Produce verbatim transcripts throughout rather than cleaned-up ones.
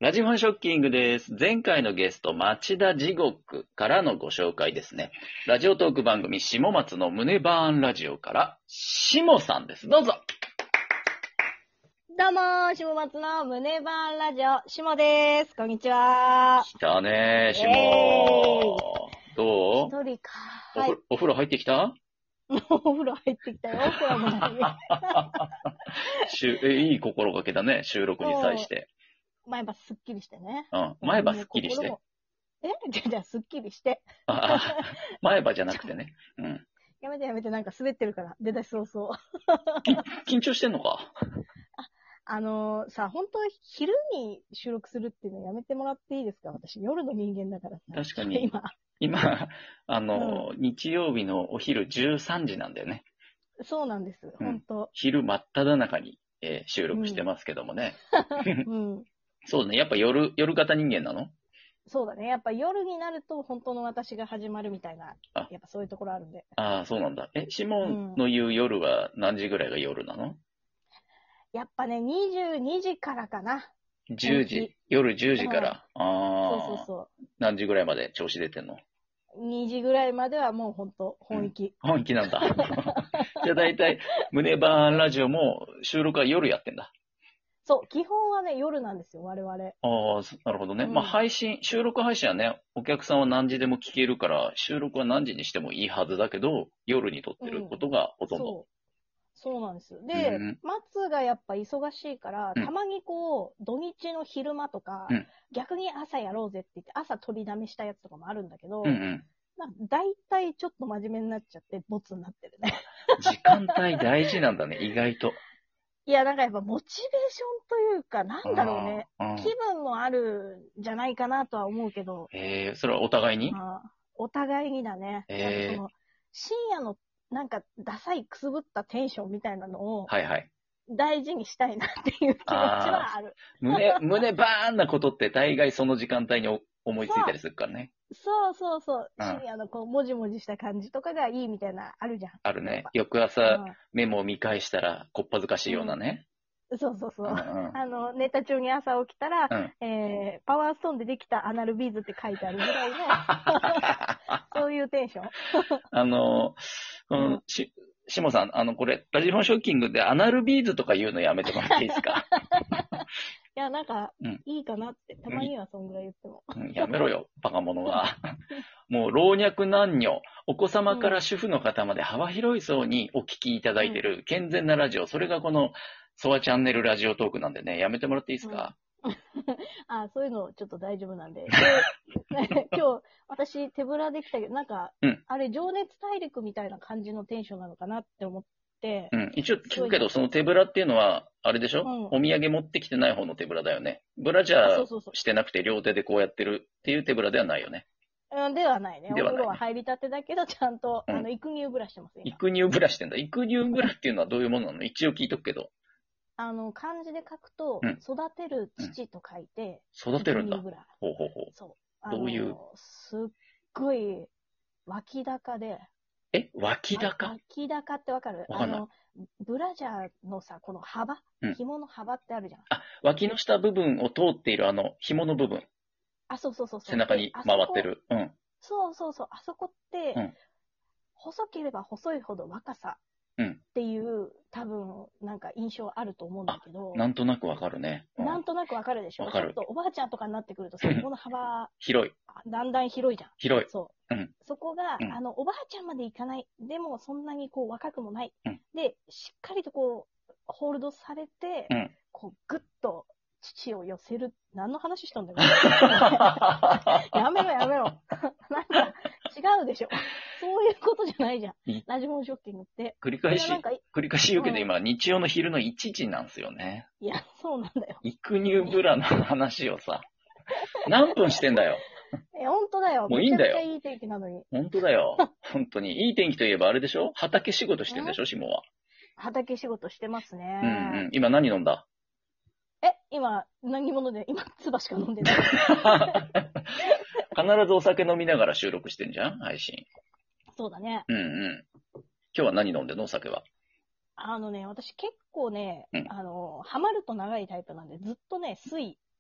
ラジファンショッキングです。前回のゲスト、町田地獄からのご紹介ですね。ラジオトーク番組、下松の胸バーンラジオから、下さんです。どうぞ。 どうもー、下松の胸バーンラジオ、下です。こんにちは。 来たねー、下。どう一人か。 お,、 はい。 お風呂入ってきたお風呂入ってきたよ。お風呂もないね。 しゅえいい心がけだね、収録に際して。 前歯すっきりしてね。 うん、前歯すっきりして。 えじゃじゃすっきりして。 ああ前歯じゃなくてね。うん。 やめてやめて、なんか滑ってるから、出だし早々。 緊張してんのかあ、あのー、さ、本当昼に収録するっていうのやめてもらっていいですか？私、夜の人間だからさ。 確かに。 今。 今、あの、 うん、 日曜日のお昼じゅうさんじなんだよね。 そうなんです。 うん、 本当。 昼真っ只中に、えー収録してますけどもね。 うん。うん、 そうね。やっぱ夜、夜型人間なの？ そうだね。やっぱ夜になると本当の私が始まるみたいな、 あ、 やっぱそういうところあるんで。 ああ、そうなんだ。え、シモうンん。 の言う夜は何時ぐらいが夜なの？ やっぱね、にじゅうにじからかな。 じゅう 時。夜じゅうじかうん。 ら。 そうそうああ。 そ何時ぐらいまで調子出てんの？ う。にじぐらいまではもう本当うん。 本気。 本気なんだ。じゃあ大体、胸バーンラジオも収録は夜やってんだ。 そう、基本はね、夜なんですよ、我々。 ああ、そなるほどね。まあうん。 配信、収録配信はね、お客さんは何時でも聞けるから、収録は何時にしてもいいはずだけど、夜に撮ってるこうん。 とがほとんど。 そう。そうなんです。 うで、 ん。 松がやっぱ忙しいから、 うん。 たまにこう、土日の昼間とか、 うん。 逆に朝やろうぜって言って、朝取りだめしたやつとかもあるんだけど、 うんうん。 まあ、大体ちょっと真面目になっちゃって、ボツになってるね。 時間帯大事なんだね、意外と。 いや、なんかやっぱモチベーションというか、なんだろうね。 ああ、う気ん。 分もあるんじゃないかなとは思うけど、 えー、それはお互いに？ まあ、お互いにだね。なんかそえー、 の、深夜のなんかダサいくすぶったテンションみたいなのをはいはい。 大事にしたいなっていう気持ちああ、 はある。 胸、胸バーンなことって大概その時間帯にお思いついたりするからね。 そうそうそう。 うん。 深夜のこう、もじもじした感じとかがいいみたいな、あるじゃん。 あるね。 やっぱ。 翌朝、メモを見返したら、こっぱずかしいようなね。 うん。そうそうそう。 うんうん。 あの、ネタ帳に朝起きたら、 うん。 えー、パワーストーンでできたアナルビーズって書いてあるぐらいの、そういうテンション。 あの、ううん。 ん、し、しもさん、あの、これ、ラジフォンショッキングでアナルビーズとか言うのやめてもらっていいですか？ いや、なんか、 うん。 いいかなって、たまにはそんぐらい言っても。 うん、やめろよ、バカ者が。もう老若男女、お子様からうん。 主婦の方まで幅広い層にお聞きいただいていうん。 る健全なラジオ、それがこのソワチャンネルラジオトークなんでね、やめてもらっていいですうん。 か？ あ、そういうのちょっと大丈夫なんで。で、今日、私手ぶらできたけど、なんか、 うん。 あれ、情熱大陸みたいな感じのテンションなのかなって思って、 うん。一応すごいね。 聞くけど、その手ぶらっていうのは、あれでしょ？ うん。 お土産持ってきてない方の手ぶらだよね。ブラジあ、 ャーそうそうそしてなくて両手でこうやってるっていう手ぶらではないよね。 う。うん、ではないね。お風呂はではないね。 入りたてだけど、ちゃんと、 うん。 あの、育乳ブラしてます、今。 育乳ブラしてんだ。育乳ブラっていうのはどういうものなの？一応聞いとくけど。 あの、漢字で書くと、 うん。 育てるうん。 父と書いて、 育てるんだ。 育乳ブラ。 ほうほうほう。 そう。あどういう？ の、すっごい、脇高で、 え、脇わ高？ 脇高ってわかる？ わかんない。 あの、ブラジャーのさ、この幅うん。 紐の幅ってあるじゃん。 あ、脇の下部分を通っているあの紐の部分。 あ、そうそうそうそう。で、 背中にあそこ、 回ってる。うん。 そうそうそう、あそこって、 うん。 細ければ細いほど若さうん。 っていう、多分、なんか印象あると思うんだあ、 けど、 なんとなくわかるね。うなんん。 となくわかるでしわかる。 ょ？ちょっとおばあちゃんとかになってくるとさ、紐の幅、 広い。 あだんだん広いじゃん。 広い。 そうん。 う。そこが、 うん。 あの、おばあちゃんまでいかない。でも、そんなにこう若くもない。 うん。 で、しっかりとこう、ホールドされて、 うん。 こう、ぐっと父を寄せる。何の話したんだよ。やめろやめろ。なんか、違うでしょ。そういうことじゃないじゃん。 いラジモンショッキングって。 繰り返し、 それはなんか、 繰り返し言うけど、 うん。 今、日曜の昼のいちじなんですよね。 いや、そうなんだよ。 育乳ブラの話をさ、何分してんだよ。 え、本当だよ。 もうめちゃいいんだよ。 くちゃいい天気なのに。 本当だよ。本当に。いい天気といえばあれでしょ？畑仕事してんでしんょ、下は。 畑仕事してますうんうね。 ん。今何飲んだ？ え、今、何者で、今、唾しか飲んでない。 必ずお酒飲みながら収録してんじゃん、配信。 そうだね。 うんうん。今日は何飲んでんの？お酒は。 あのね、私結構ね、 うん。 あの、ハマると長いタイプなんで、ずっとね、水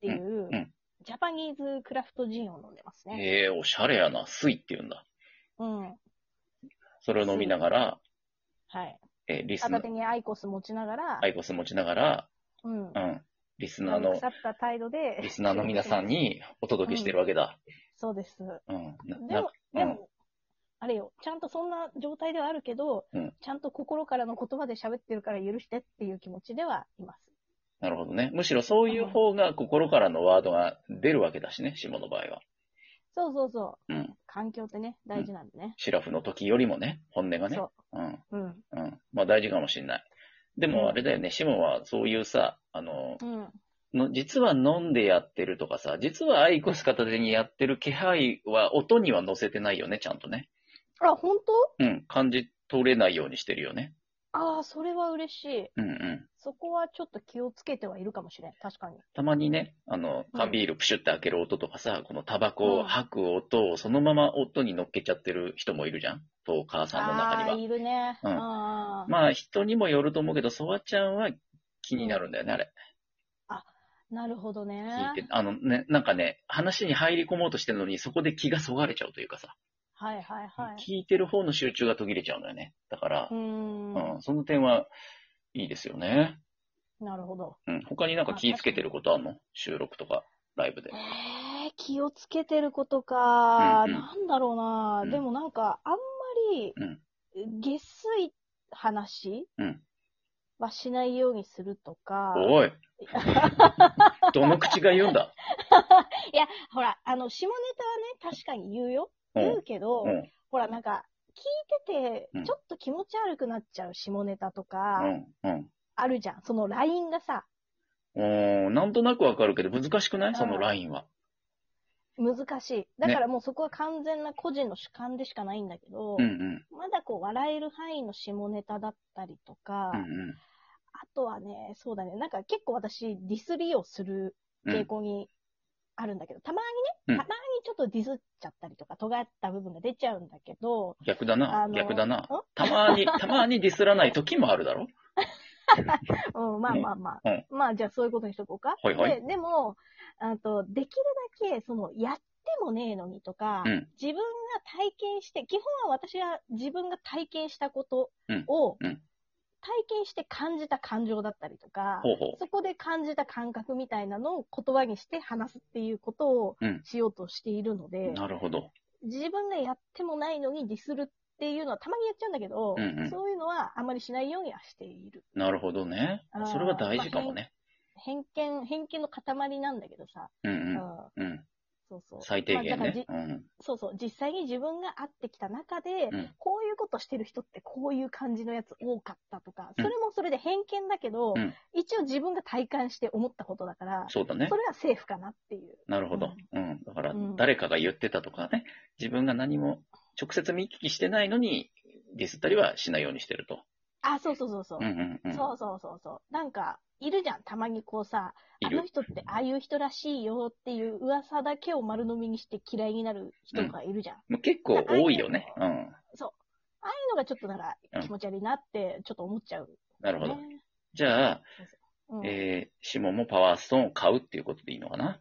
っていう、 うん。 ジャパニーズクラフトジンを飲んでますね。 ええー、おしゃれやな。水って言うんだ。 うん。 それを飲みながら、 はい。 えーリスナー、 片手にアイコス持ちながら、 アイコス持ちながら、 うん。 うん。リスナーあの、 の、 腐った態度でリスナーの皆さんにお届けしてるわけだ。 そうです。 うん。な、な、 でも、 うん。 でも、あれよ、ちゃんとそんな状態ではあるけど、 うん。 ちゃんと心からの言葉で喋ってるから許してっていう気持ちではいます。 なるほどね。むしろそういう方が心からのワードが出るわけだしね、下の場合は。 そうそうそう。 うん。 環境ってね、大事なんでね。 シラフの時よりもね、本音がね。 そうん。 う。うん。 うん。まあ大事かもしれない。でもあれだよね、シモンはそういうさ、あの、 うん。 の実は飲んでやってるとかさ、実はアイコス片手にやってる気配は音には乗せてないよね、ちゃんとね。 あ、本当？ うん、感じ取れないようにしてるよね。 ああ、それは嬉しい。 うんうん。 そこはちょっと気をつけてはいるかもしれん。確かに。 たまにね、あの、 うん缶ビールプシュって開ける音とかさ、このタバコをうん吐く音をそのまま音に乗っけちゃってる人もいるじゃん、トーカーさんの中ああ、 には。 いるね。 うん。 ああ。 まあ人にもよると思うけど、ソワちゃんは気になるんだよね、あれ。 あ、なるほどね。 聞いて、あのね、なんかね、話に入り込もうとしてるのに、そこで気がそがれちゃうというかさ、 はいはいはい。 聞いてる方の集中が途切れちゃうんだよね。だからう、ーん。 うん、その点はいいですよね。 なるほど。 うん。他になんか気ぃつけてることあんの？収録とか、ライブで。 えー、気をつけてることうんか。 うん。 なんだろうな。 うんでもなんか、あんまり、 うん。 下水話うん。 はしないようにするとか。 おい。どの口が言うんだ？ いや、ほら、あの、下ネタはね、確かに言うよ。言うけど、 うん。 ほら、なんか、聞いてうんて、ちょっと気持ち悪くなっちゃう下ネタとか、 うん。うん。 あるじゃん。そのラインがさ、 おー、なんとなくわかるけど難しくない？そのうんラインは。 難しい。だかね。 らもうそこは完全な個人の主観でしかないんだけど、 うんうん。 まだこう、笑える範囲の下ネタだったりとか、 うんうん。 あとはね、そうだね、なんか結構私、ディスりをする傾向にあるんだけど、たまうんにね、たまにちょっとディスっちゃったりとか、尖った部分が出ちゃうんだけど、 逆だなあ。の逆だな。 んたまに、たまにディスらない時もあるだろ？ うん、まあまあまあ。 うん。 まあ、じゃあそういうことにしとこうか。 はいはいで、でも、あと、できるだけ、その、やってもねえのにとか、 うん自分が体験して、基本は私が自分が体験したことうん。 を、 うん。 体験して感じた感情だったりとか、 ほうほそこで感じた感覚みたいなのを言葉にして話すっていうことをう。うん。 しようとしているので、 なるほど。 自分がやってもないのにディスるっていうのはたまにやっちゃうんだけど、 うんうん。 そういうのはあまりしないようにはしている。 なるほどね。 あーそれは大事かもね。 偏見、偏見の塊なんだけどさ。 うんうんうん。うん。 そうそう。 最低限まあ、だからじ。 ねうん。 そうそう。実際に自分が会ってきた中で、 うん。 こういうことしてる人ってこういう感じのやつ多かったとか、 うんそれもそれで偏見だけど、 うん。 一応自分が体感して思ったことだから、 そうだねそ。れはセーフかなっていう。 なるほど。うん。だからう、ん誰かが言ってたとかね、自分が何も直接見聞きしてないのに、ディスったりはしないようにしてると。 あ、そうそうそうそう。 うんうんうん。 そうそうそうそう。なんか、いるじゃん。たまにこうさ、 いるあの人ってああいう人らしいよっていう噂だけを丸飲みにして嫌いになる人がいるじゃん。 もう結構多いよね。うん。 そう。ああいうのがちょっとなんかうん気持ち悪いなってちょっと思っちゃう、ね。 なるほど。じゃあ、 そうそううん、 えー、シモンもパワーストーンを買うっていうことでいいのかな？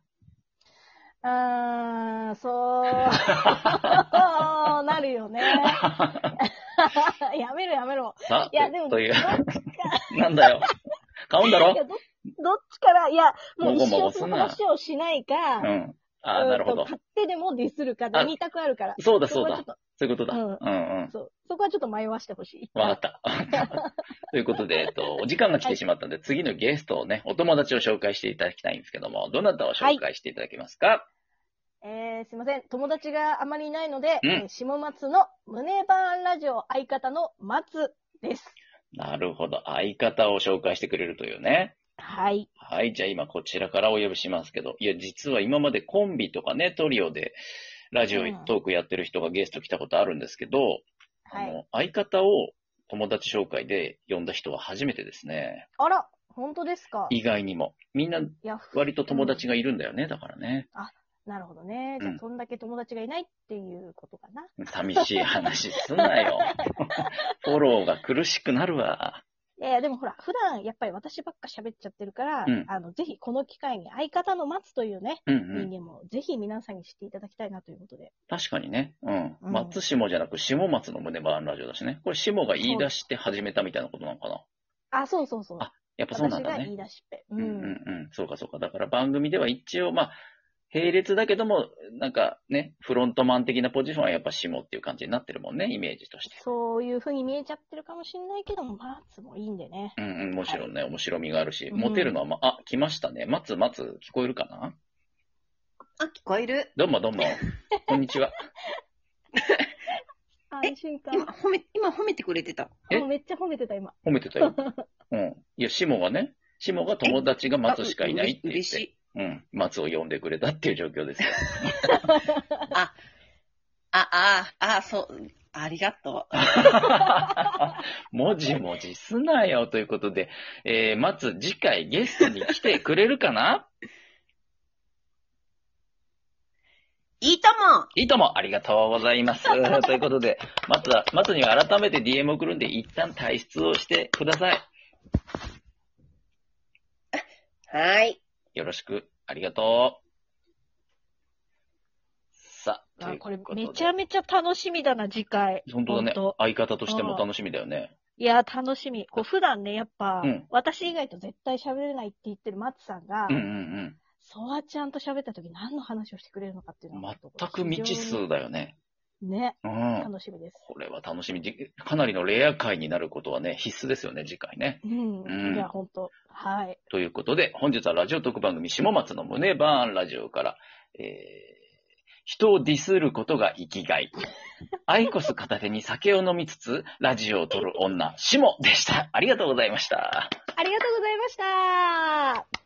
あー、そう、なるよね。やめろやめろ。 さあ、 いや、でも、 というどっちか、 なんだよ。買うんだろ？ いやど、どっちから、いや、もう一もごもご生そのすな。 話をしないか、 うん。ああ、 うんなるほど。 と買ってでもディスるかであに択あるから。 そうだそうだ。 そこはちょっとそういうことだ。 うんうんうん。 そう。そこはちょっと迷わしてほしい。 わかった。わかったということで、えっと、お時間が来てしまったので、次のゲストをね、お友達を紹介していただきたいんですけども、どなたを紹介していただけますか？ えー、すいません。友達があまりいないので、 うんえー下松の胸バーンラジオ相方の松です。 なるほど。相方を紹介してくれるというね。 はい。 はい。じゃあ今こちらからお呼びしますけど、いや、実は今までコンビとかね、トリオでラジオうんトークやってる人がゲスト来たことあるんですけど、あはい。 の、相方を友達紹介で呼んだ人は初めてですね。 あら、本当ですか？ 意外にも。みんないや、 割と友達がいるんだよね。だからね。 なるほどね。じゃあ、 うんそんだけ友達がいないっていうことかな。 寂しい話すなよ。フォローが苦しくなるわ。 いやいや、でもほら、普段やっぱり私ばっか喋っちゃってるから、 うんあの、ぜひこの機会に相方の松というね、 うんうん。 人間もぜひ皆さんに知っていただきたいなということで。 確かにね。うん。 うん松下じゃなく、下松の胸バーンラジオだしね。これ、下が言い出して始めたみたいなことなのかな。 あ、そうそうそう。 あ、やっぱそうなん私が言だね。 い出しっぺ。う。 うんうんんうん。そうかそうか。だから番組では一応、まあ、並列だけども、なんかね、フロントマン的なポジションはやっぱ下っていう感じになってるもんね、イメージとして。 そういう風に見えちゃってるかもしれないけども、松もいいんでね。 うんうん、もちろんね、面白みがあるし、 うんモテるのは、まあ、あ、来ましたね。松、松、聞こえるかな。 あ、聞こえる。 どうもどうも。こんにちは。 安心感。 今褒め、今褒めてくれてた。 えあめっちゃ褒めてた、今。 褒めてたよ。うん。いや、下がね、下が友達が松しかいないって言っ。 あう嬉してうん。松を呼んでくれたっていう状況ですよ。 い。あ、あ、あ、あ、そう、ありがとう。 もじもじすなよということで、えー、松、次回ゲストに来てくれるかないいとも。 いいとも、ありがとうございます。ということで、松は、松には改めて ディーエム 送るんで、一旦退出をしてください。 はい。 よろしく、ありがとう。さあ、とあ、 いうこれことでめちゃめちゃ楽しみだな、次回。 本当だねほんと。 相方としても楽しみだよね。 いや、楽しみ。こう普段ね、やっぱ、 うん私以外と絶対喋れないって言ってる松さんが、 うんうんソワちゃんと喋った時何の話をしてくれるのかっていううん。 のは、 全く未知数だよね。 ね、 うん。 楽しみです。 これは楽しみ。じかなりのレア回になることはね、必須ですよね、次回ね。 うん。 うんいや、ほんと。はい。 ということで、本日はラジオ特番組、下松の胸バーンラジオから、えー、人をディスることが生きがい。アイコス片手に酒を飲みつつ、ラジオを撮る女、下でした。ありがとうございました。 ありがとうございました。